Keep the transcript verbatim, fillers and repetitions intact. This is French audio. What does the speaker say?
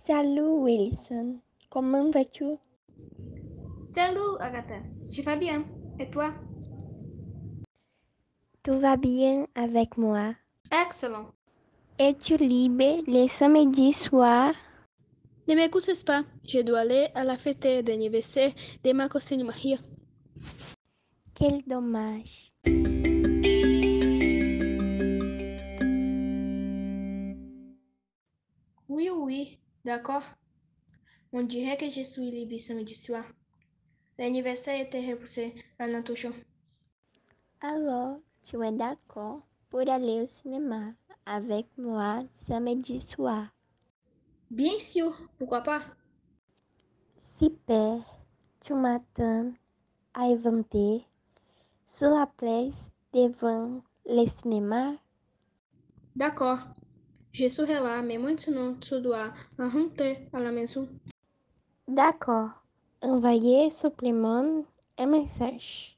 Salut Wilson, comment vas-tu? Salut Agatha, je vais bien. Et toi? Tout va bien avec moi. Excellent. Es-tu libre le samedi soir? Ne m'excuses pas, je dois aller à la fête d'anniversaire de ma cousine Maria. Quel dommage. Oui, oui, d'accord. On dirait que je suis libre samedi soir. L'anniversaire était repoussé à notre show. Alors, tu es d'accord pour aller au cinéma avec moi samedi soir? Bien sûr, pourquoi pas? Super, tu m'attends à inventer sur la place devant le cinéma? D'accord. Je serai là, mais maintenant tu dois rentrer à la maison. D'accord, envoyez supplément un message.